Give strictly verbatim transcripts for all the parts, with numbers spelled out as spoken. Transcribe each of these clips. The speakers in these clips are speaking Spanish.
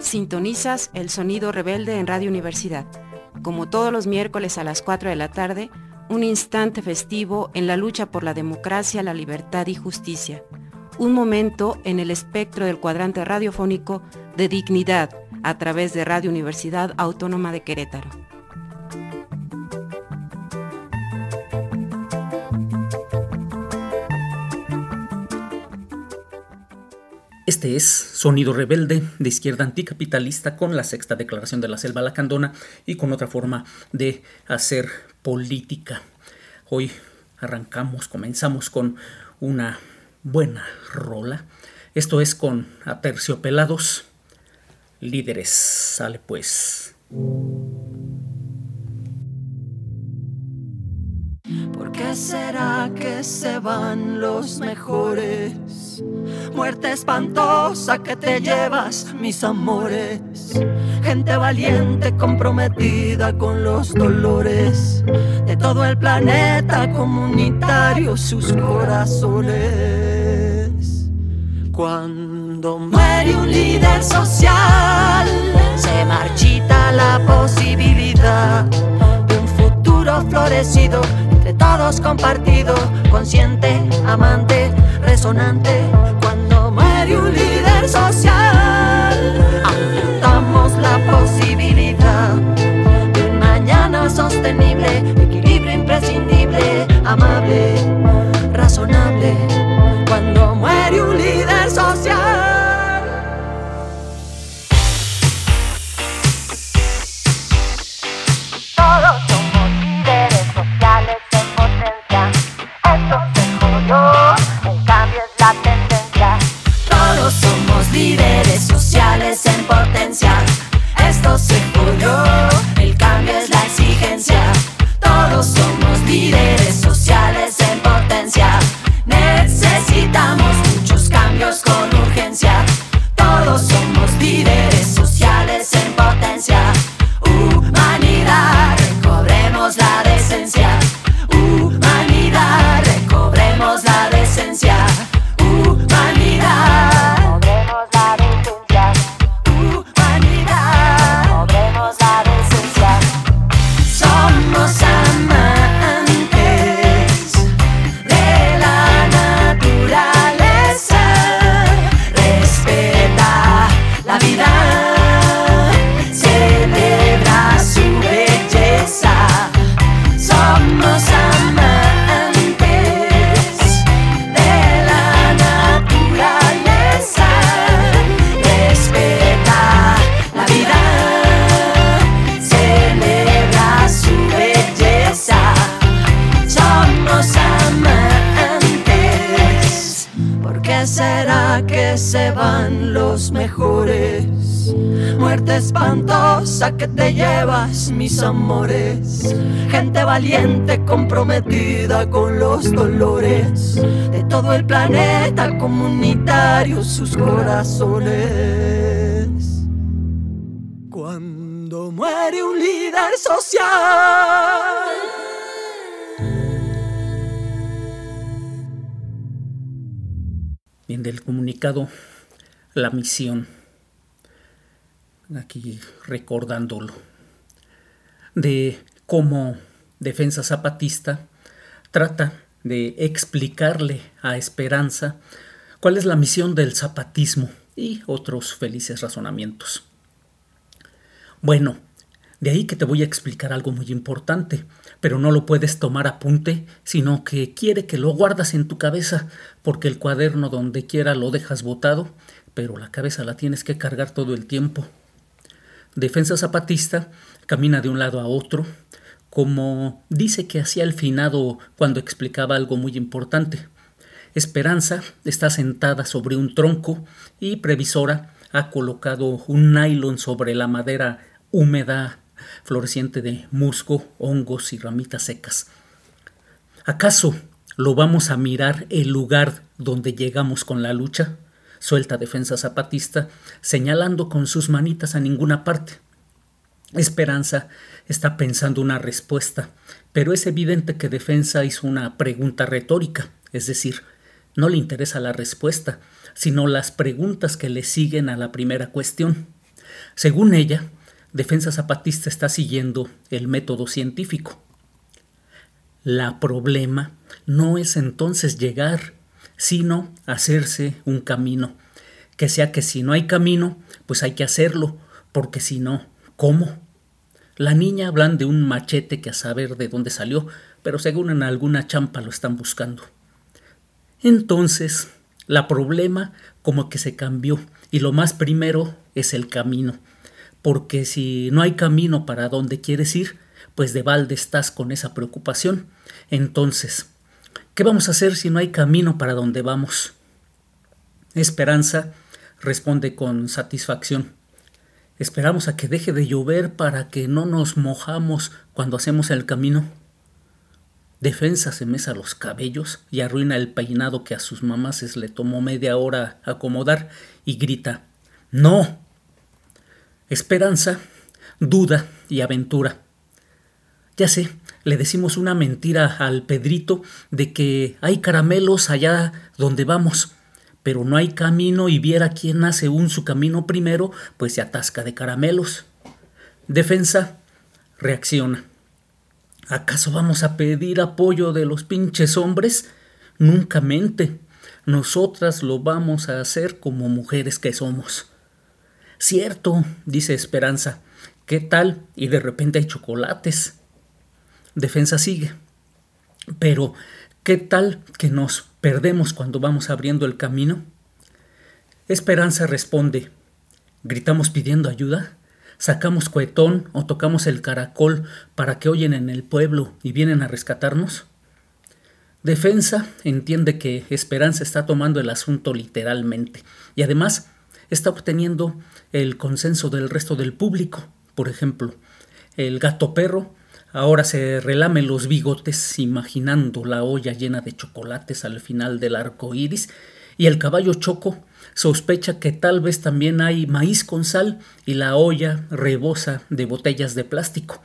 Sintonizas El Sonido Rebelde en Radio Universidad. Como todos los miércoles a las cuatro de la tarde, un instante festivo en la lucha por la democracia, la libertad y justicia. Un momento en el espectro del cuadrante radiofónico de dignidad a través de Radio Universidad Autónoma de Querétaro. Este es Sonido Rebelde, de izquierda anticapitalista, con la sexta declaración de la Selva Lacandona y con otra forma de hacer política. Hoy arrancamos, comenzamos con una buena rola. Esto es con Aterciopelados, Líderes. Sale pues. ¿Por qué será que se van los mejores? Muerte espantosa que te llevas, mis amores. Gente valiente comprometida con los dolores de todo el planeta comunitario, sus corazones. Cuando muere un líder social, se marchita la posibilidad de un futuro florecido, entre todos compartido, consciente, amante, resonante. Cuando muere un líder social, apuntamos la posibilidad de un mañana sostenible, equilibrio imprescindible, amable, razonable. Cuando muere un líder social. Todos somos líderes sociales en potencia. Esto se jodió, el cambio es la tendencia. Todos somos líderes sociales en potencia. Esto se jodió, el cambio es la exigencia. Todos somos líderes sociales en potencia. Necesitamos muchos cambios con urgencia. Todos somos líderes sociales en potencia. Humanidad, recobremos la decencia. Humanidad, recobremos la decencia. Humanidad, Cobremos la decencia, humanidad. cobremos la decencia. Somos amantes de la naturaleza. Respeta la vida, celebra su belleza. Somos amantes de la naturaleza. Respeta la vida, celebra su belleza. Somos amantes. ¿Por qué será que se van los mejores? Muerte espantosa que te llevas, mis amores. Gente valiente comprometida con los dolores de todo el planeta comunitario, sus corazones. Cuando muere un líder social. Bien, del comunicado, la misión, aquí recordándolo, de cómo Defensa Zapatista trata de explicarle a Esperanza cuál es la misión del zapatismo y otros felices razonamientos. Bueno, de ahí que te voy a explicar algo muy importante, pero no lo puedes tomar apunte, sino que quiere que lo guardas en tu cabeza, porque el cuaderno donde quiera lo dejas botado, pero la cabeza la tienes que cargar todo el tiempo. Defensa Zapatista camina de un lado a otro, como dice que hacía el finado cuando explicaba algo muy importante. Esperanza está sentada sobre un tronco y Previsora ha colocado un nylon sobre la madera húmeda, floreciente de musgo, hongos y ramitas secas. ¿Acaso lo vamos a mirar el lugar donde llegamos con la lucha? Suelta Defensa Zapatista, señalando con sus manitas a ninguna parte. Esperanza está pensando una respuesta, pero es evidente que Defensa hizo una pregunta retórica, es decir, no le interesa la respuesta, sino las preguntas que le siguen a la primera cuestión. Según ella, Defensa Zapatista está siguiendo el método científico. La problema no es entonces llegar, sino hacerse un camino. Que sea que si no hay camino, pues hay que hacerlo, porque si no, ¿cómo? La niña hablan de un machete que a saber de dónde salió, pero según en alguna champa lo están buscando. Entonces, la problema como que se cambió, y lo más primero es el camino, porque si no hay camino para donde quieres ir, pues de balde estás con esa preocupación. Entonces, ¿qué vamos a hacer si no hay camino para donde vamos? Esperanza responde con satisfacción. Esperamos a que deje de llover para que no nos mojamos cuando hacemos el camino. Defensa se mesa los cabellos y arruina el peinado que a sus mamases le tomó media hora acomodar y grita: ¡No! Esperanza duda y aventura. Ya sé, le decimos una mentira al Pedrito de que hay caramelos allá donde vamos, pero no hay camino y viera quién hace un su camino primero, pues se atasca de caramelos. Defensa reacciona. ¿Acaso vamos a pedir apoyo de los pinches hombres? Nunca mente. Nosotras lo vamos a hacer como mujeres que somos. Cierto, dice Esperanza. ¿Qué tal? Y de repente hay chocolates. Defensa sigue. Pero, ¿qué tal que nos perdemos cuando vamos abriendo el camino? Esperanza responde: ¿gritamos pidiendo ayuda? ¿Sacamos cohetón o tocamos el caracol para que oyen en el pueblo y vienen a rescatarnos? Defensa entiende que Esperanza está tomando el asunto literalmente y además está obteniendo el consenso del resto del público. Por ejemplo, el gato perro ahora se relame los bigotes imaginando la olla llena de chocolates al final del arco iris, y el caballo Choco sospecha que tal vez también hay maíz con sal y la olla rebosa de botellas de plástico.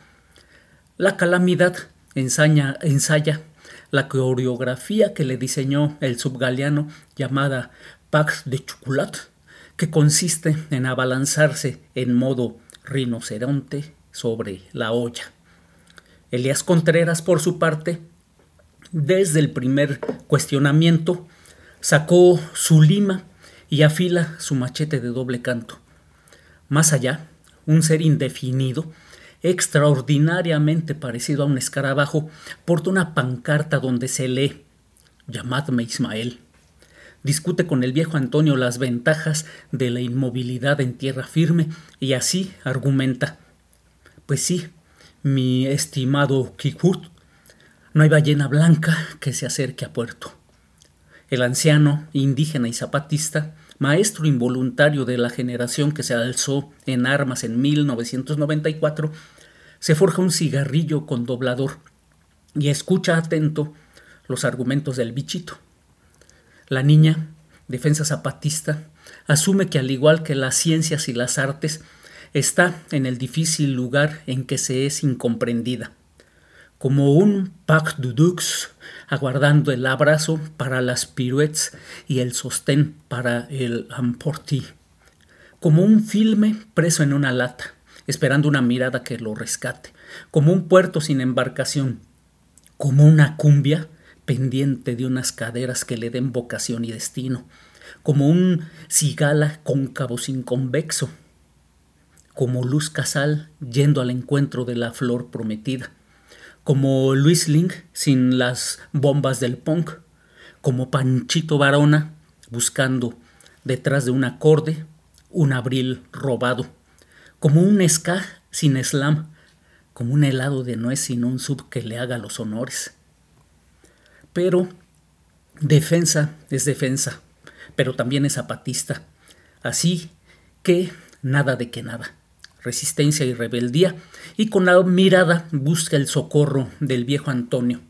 La Calamidad ensaya, ensaya la coreografía que le diseñó el subgaleano llamada Pax de Chocolat, que consiste en abalanzarse en modo rinoceronte sobre la olla. Elías Contreras, por su parte, desde el primer cuestionamiento, sacó su lima y afila su machete de doble canto. Más allá, un ser indefinido, extraordinariamente parecido a un escarabajo, porta una pancarta donde se lee: «Llamadme Ismael». Discute con el viejo Antonio las ventajas de la inmovilidad en tierra firme y así argumenta: «Pues sí, mi estimado Kikut, no hay ballena blanca que se acerque a puerto». El anciano, indígena y zapatista, maestro involuntario de la generación que se alzó en armas en mil novecientos noventa y cuatro, se forja un cigarrillo con doblador y escucha atento los argumentos del bichito. La niña, Defensa Zapatista, asume que al igual que las ciencias y las artes, está en el difícil lugar en que se es incomprendida, como un pack de deux aguardando el abrazo para las piruettes y el sostén para el emporté, como un filme preso en una lata, esperando una mirada que lo rescate, como un puerto sin embarcación, como una cumbia pendiente de unas caderas que le den vocación y destino, como un cigala cóncavo sin convexo, como Luz Casal yendo al encuentro de la flor prometida, como Luis Ling sin las bombas del punk, como Panchito Varona buscando detrás de un acorde un abril robado, como un ska sin slam, como un helado de nuez sin un sub que le haga los honores. Pero Defensa es defensa, pero también es zapatista, así que nada de que nada. Resistencia y rebeldía, y con la mirada busca el socorro del viejo Antonio.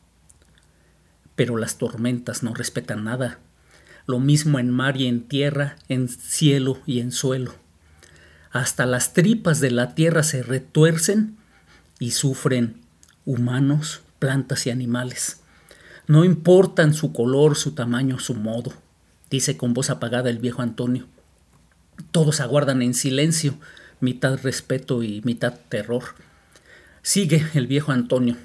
Pero las tormentas no respetan nada, lo mismo en mar y en tierra, en cielo y en suelo. Hasta las tripas de la tierra se retuercen y sufren humanos, plantas y animales. No importan su color, su tamaño, su modo, dice con voz apagada el viejo Antonio. Todos aguardan en silencio, mitad respeto y mitad terror. Sigue el viejo Antonio.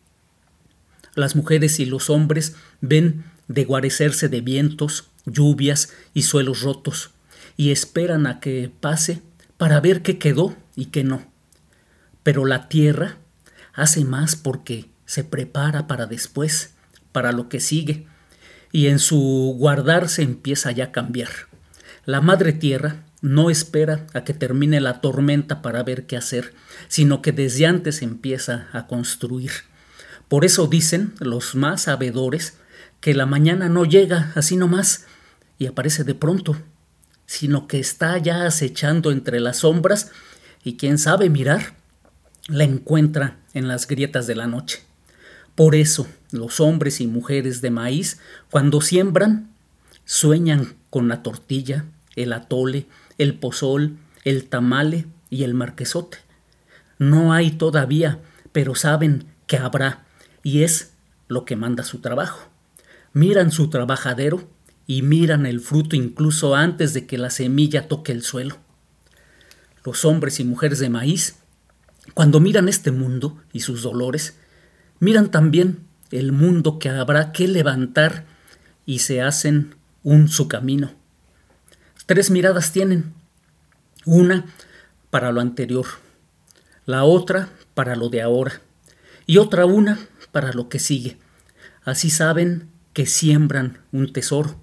Las mujeres y los hombres ven deguarecerse de vientos, lluvias y suelos rotos, y esperan a que pase para ver qué quedó y qué no. Pero la tierra hace más porque se prepara para después, para lo que sigue, y en su guardarse empieza ya a cambiar. La madre tierra no espera a que termine la tormenta para ver qué hacer, sino que desde antes empieza a construir. Por eso dicen los más sabedores que la mañana no llega así nomás y aparece de pronto, sino que está ya acechando entre las sombras y quien sabe mirar, la encuentra en las grietas de la noche. Por eso los hombres y mujeres de maíz, cuando siembran, sueñan con la tortilla, el atole, el pozol, el tamale y el marquesote. No hay todavía, pero saben que habrá, y es lo que manda su trabajo. Miran su trabajadero y miran el fruto incluso antes de que la semilla toque el suelo. Los hombres y mujeres de maíz, cuando miran este mundo y sus dolores, miran también el mundo que habrá que levantar y se hacen un su camino. Tres miradas tienen, una para lo anterior, la otra para lo de ahora y otra una para lo que sigue. Así saben que siembran un tesoro.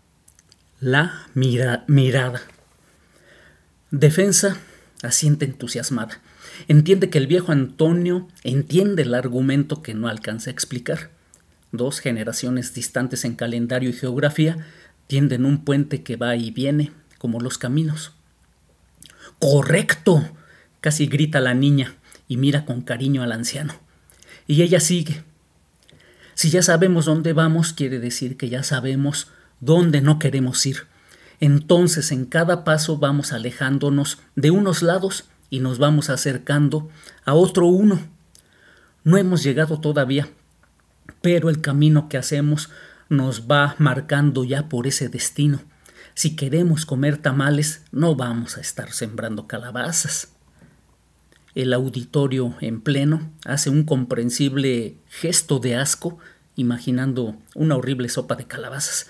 La mira- mirada. Defensa asiente entusiasmada. Entiende que el viejo Antonio entiende el argumento que no alcanza a explicar. Dos generaciones distantes en calendario y geografía tienden un puente que va y viene, como los caminos. ¡Correcto!, casi grita la niña y mira con cariño al anciano. Y ella sigue. Si ya sabemos dónde vamos, quiere decir que ya sabemos dónde no queremos ir. Entonces, en cada paso vamos alejándonos de unos lados y nos vamos acercando a otro uno. No hemos llegado todavía, pero el camino que hacemos nos va marcando ya por ese destino. Si queremos comer tamales, no vamos a estar sembrando calabazas. El auditorio en pleno hace un comprensible gesto de asco, imaginando una horrible sopa de calabazas.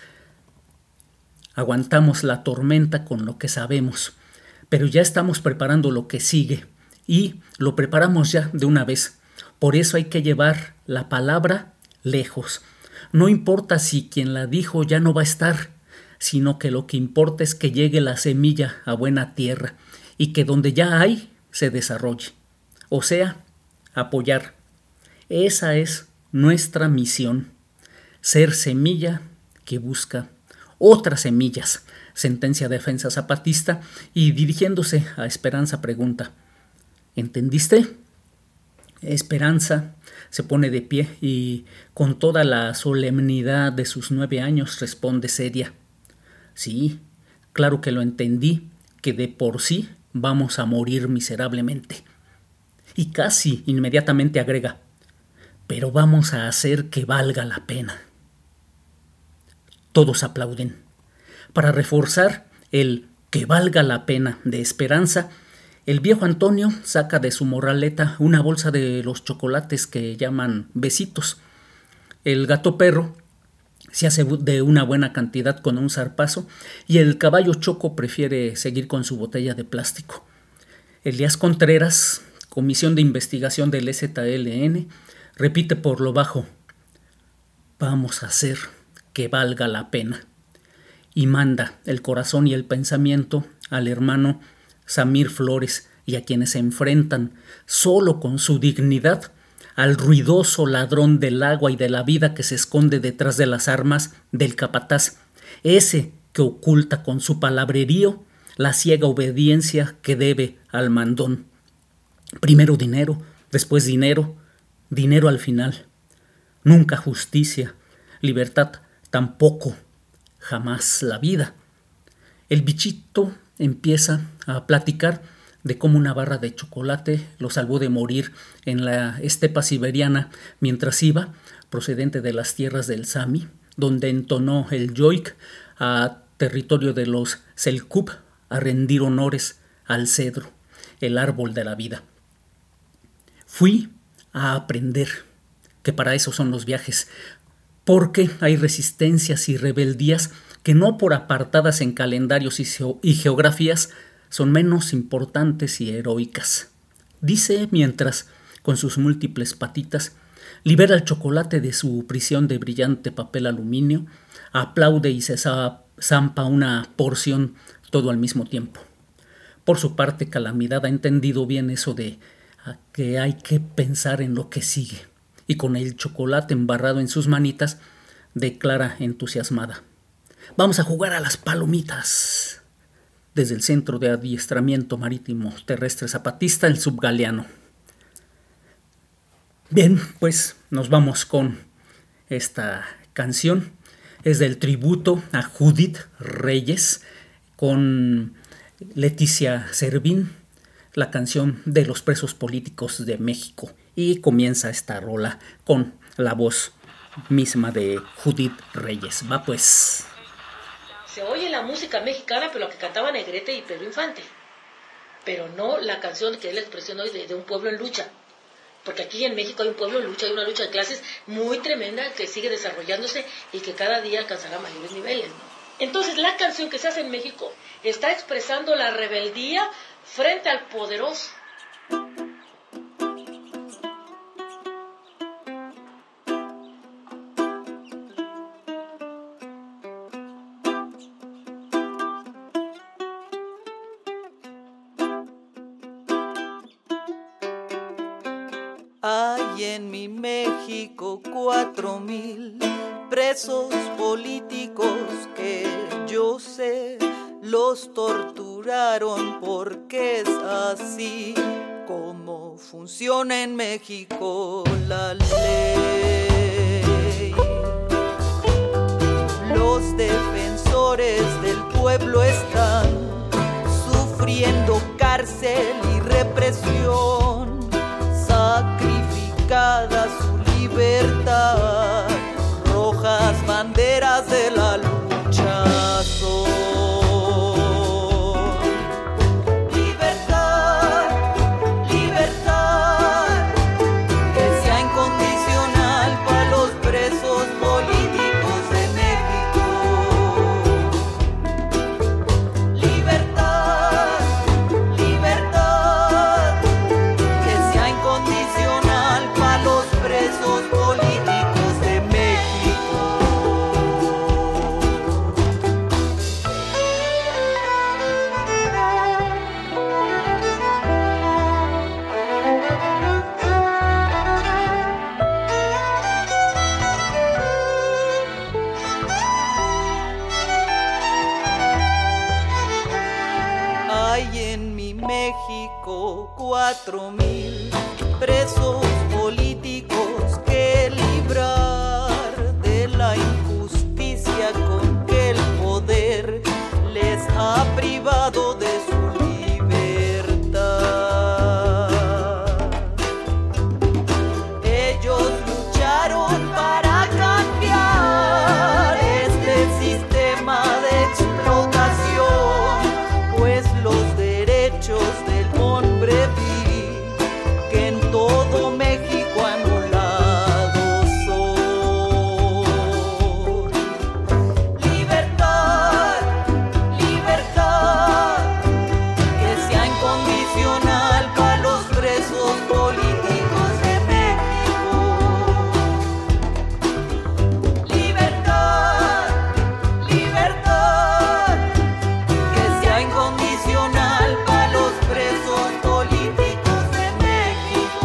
Aguantamos la tormenta con lo que sabemos, pero ya estamos preparando lo que sigue y lo preparamos ya de una vez. Por eso hay que llevar la palabra lejos. No importa si quien la dijo ya no va a estar, sino que lo que importa es que llegue la semilla a buena tierra y que donde ya hay se desarrolle. O sea, apoyar. Esa es nuestra misión, ser semilla que busca otras semillas, sentencia Defensa Zapatista, y dirigiéndose a Esperanza pregunta: ¿entendiste? Esperanza se pone de pie y con toda la solemnidad de sus nueve años responde seria: sí, claro que lo entendí, que de por sí vamos a morir miserablemente. Y casi inmediatamente agrega: pero vamos a hacer que valga la pena. Todos aplauden. Para reforzar el que valga la pena de Esperanza, el viejo Antonio saca de su morraleta una bolsa de los chocolates que llaman besitos. El gato perro se hace de una buena cantidad con un zarpazo y el caballo choco prefiere seguir con su botella de plástico. Elías Contreras, Comisión de Investigación del E Z L N, repite por lo bajo: vamos a hacer que valga la pena. Y manda el corazón y el pensamiento al hermano Samir Flores y a quienes se enfrentan solo con su dignidad al ruidoso ladrón del agua y de la vida que se esconde detrás de las armas del capataz, ese que oculta con su palabrerío la ciega obediencia que debe al mandón. Primero dinero, después dinero, dinero al final. Nunca justicia, libertad tampoco, jamás la vida. El bichito empieza a platicar de cómo una barra de chocolate lo salvó de morir en la estepa siberiana mientras iba, procedente de las tierras del Sami, donde entonó el yoik a territorio de los Selkup a rendir honores al cedro. el árbol de la vida. Fui a aprender, que para eso son los viajes, porque hay resistencias y rebeldías que no por apartadas en calendarios y geografías son menos importantes y heroicas. Dice mientras, con sus múltiples patitas, libera el chocolate de su prisión de brillante papel aluminio, aplaude y se zampa una porción todo al mismo tiempo. Por su parte, Calamidad ha entendido bien eso de que hay que pensar en lo que sigue, y con el chocolate embarrado en sus manitas, declara entusiasmada: «Vamos a jugar a las palomitas». Desde el Centro de Adiestramiento Marítimo Terrestre Zapatista, el Subgaleano. Bien, pues nos vamos con esta canción. Es del tributo a Judith Reyes con Leticia Servín, la canción de los presos políticos de México. Y comienza esta rola con la voz misma de Judith Reyes. Va pues. Se oye la música mexicana, pero la que cantaba Negrete y Pedro Infante. Pero no la canción que es la expresión hoy de, de un pueblo en lucha. Porque aquí en México hay un pueblo en lucha, hay una lucha de clases muy tremenda que sigue desarrollándose y que cada día alcanzará mayores niveles, ¿no? Entonces la canción que se hace en México está expresando la rebeldía frente al poderoso. Hay en mi México cuatro mil presos políticos que yo sé los torturaron porque es así como funciona en México la ley. Los defensores del pueblo están sufriendo cárcel y represión, sacrificada su libertad, rojas banderas de la lucha son. Libertad, libertad, que sea incondicional para los presos políticos de México. Libertad, libertad, que sea incondicional para los presos políticos de México. Hay en mi México cuatro mil presos políticos que librar de la injusticia con que el poder les ha privado de su libertad. Ellos lucharon para cambiar este sistema de explotación, pues los derechos del hombre vil que en todo México anulados son. Libertad, libertad, que sea incondicional para los presos políticos de México. Libertad, libertad, que sea incondicional para los presos políticos de México.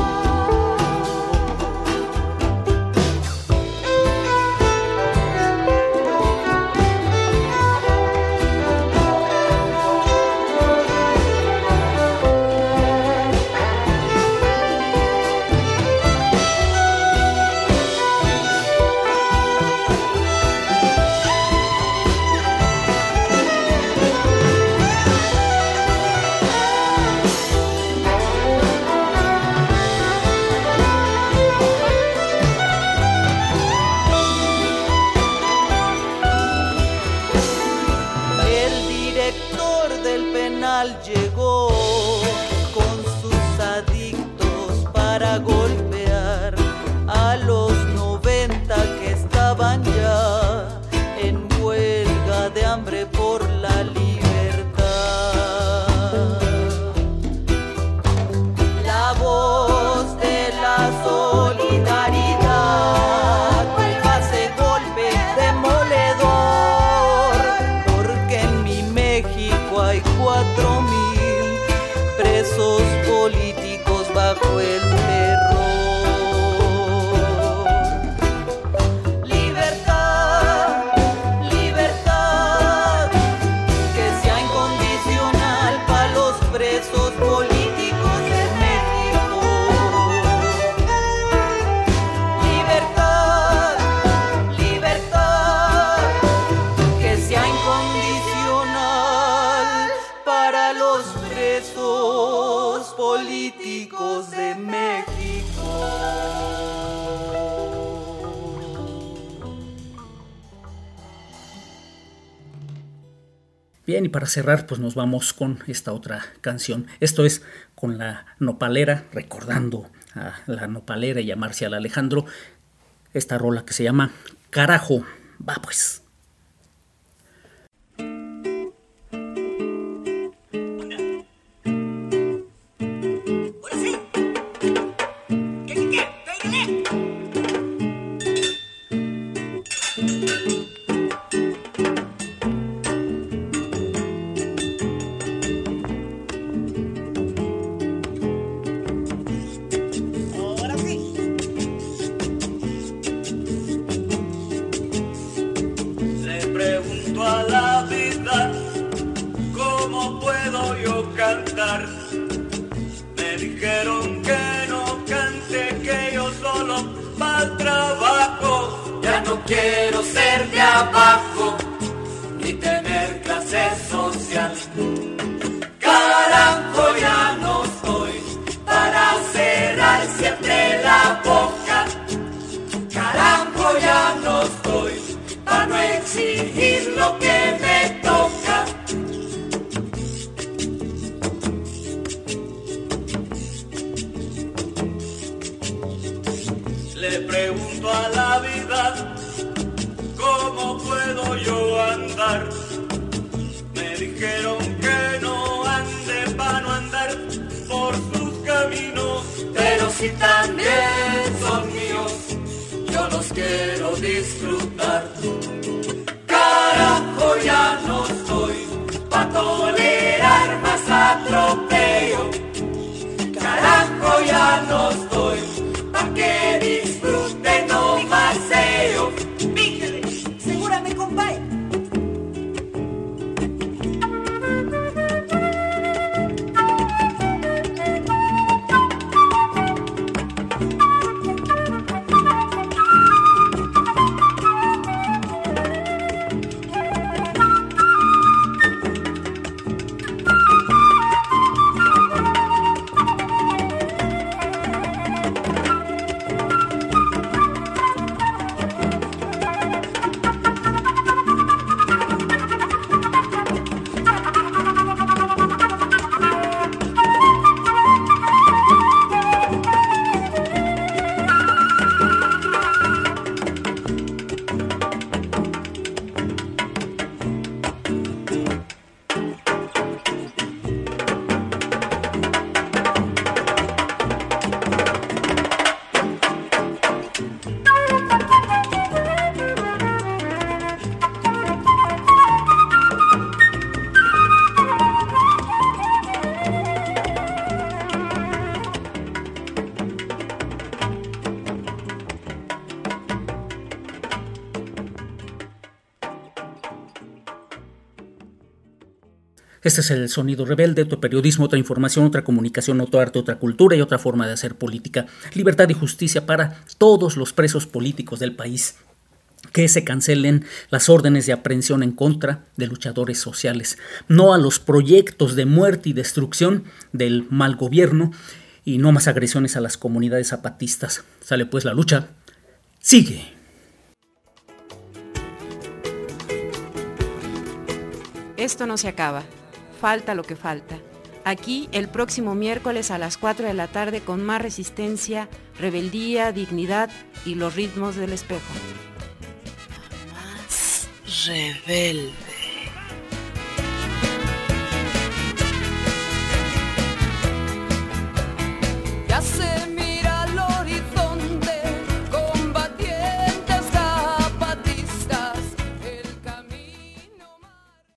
El director del penal llegó con hambre por la libertad. La voz de la solidaridad vuelva ese golpe demoledor, porque en mi México hay cuatro mil presos políticos bajo el terror. Políticos de México. Bien, y para cerrar, pues nos vamos con esta otra canción. Esto es con la Nopalera, recordando a la Nopalera y a Marcial Alejandro. Esta rola que se llama Carajo. Va pues. Me dijeron que no cante, que yo solo pa'l trabajo. Ya no quiero ser de abajo, ni tener clase social. Carajo, ya no soy para cerrar siempre la boca. Carajo, ya no soy para no exigir lo que me toca. Le pregunto a la vida, ¿cómo puedo yo andar? Me dijeron que no ande para no andar por sus caminos, pero si también son míos, yo los quiero disfrutar. Carajo, ya no soy pa' tolerar más atropello. Carajo, ya no estoy pa' que disfruten no más ellos. Píjale, segúrame, compadre. Este es el Sonido Rebelde, otro periodismo, otra información, otra comunicación, otro arte, otra cultura y otra forma de hacer política. Libertad y justicia para todos los presos políticos del país. Que se cancelen las órdenes de aprehensión en contra de luchadores sociales. No a los proyectos de muerte y destrucción del mal gobierno y no más agresiones a las comunidades zapatistas. Sale pues, la lucha sigue. Esto no se acaba. Falta lo que falta. Aquí el próximo miércoles a las cuatro de la tarde con más resistencia, rebeldía, dignidad y los ritmos del espejo. Más rebelde.